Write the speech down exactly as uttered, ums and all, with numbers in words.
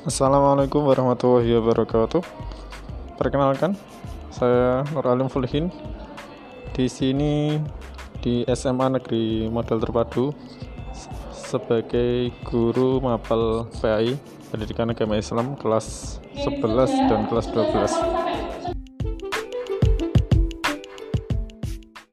Assalamualaikum warahmatullahi wabarakatuh. Perkenalkan, saya Nur Alim Fulhin. Di sini di S M A Negeri Model Terpadu sebagai guru mapel P A I Pendidikan Agama Islam kelas sebelas dan kelas dua belas.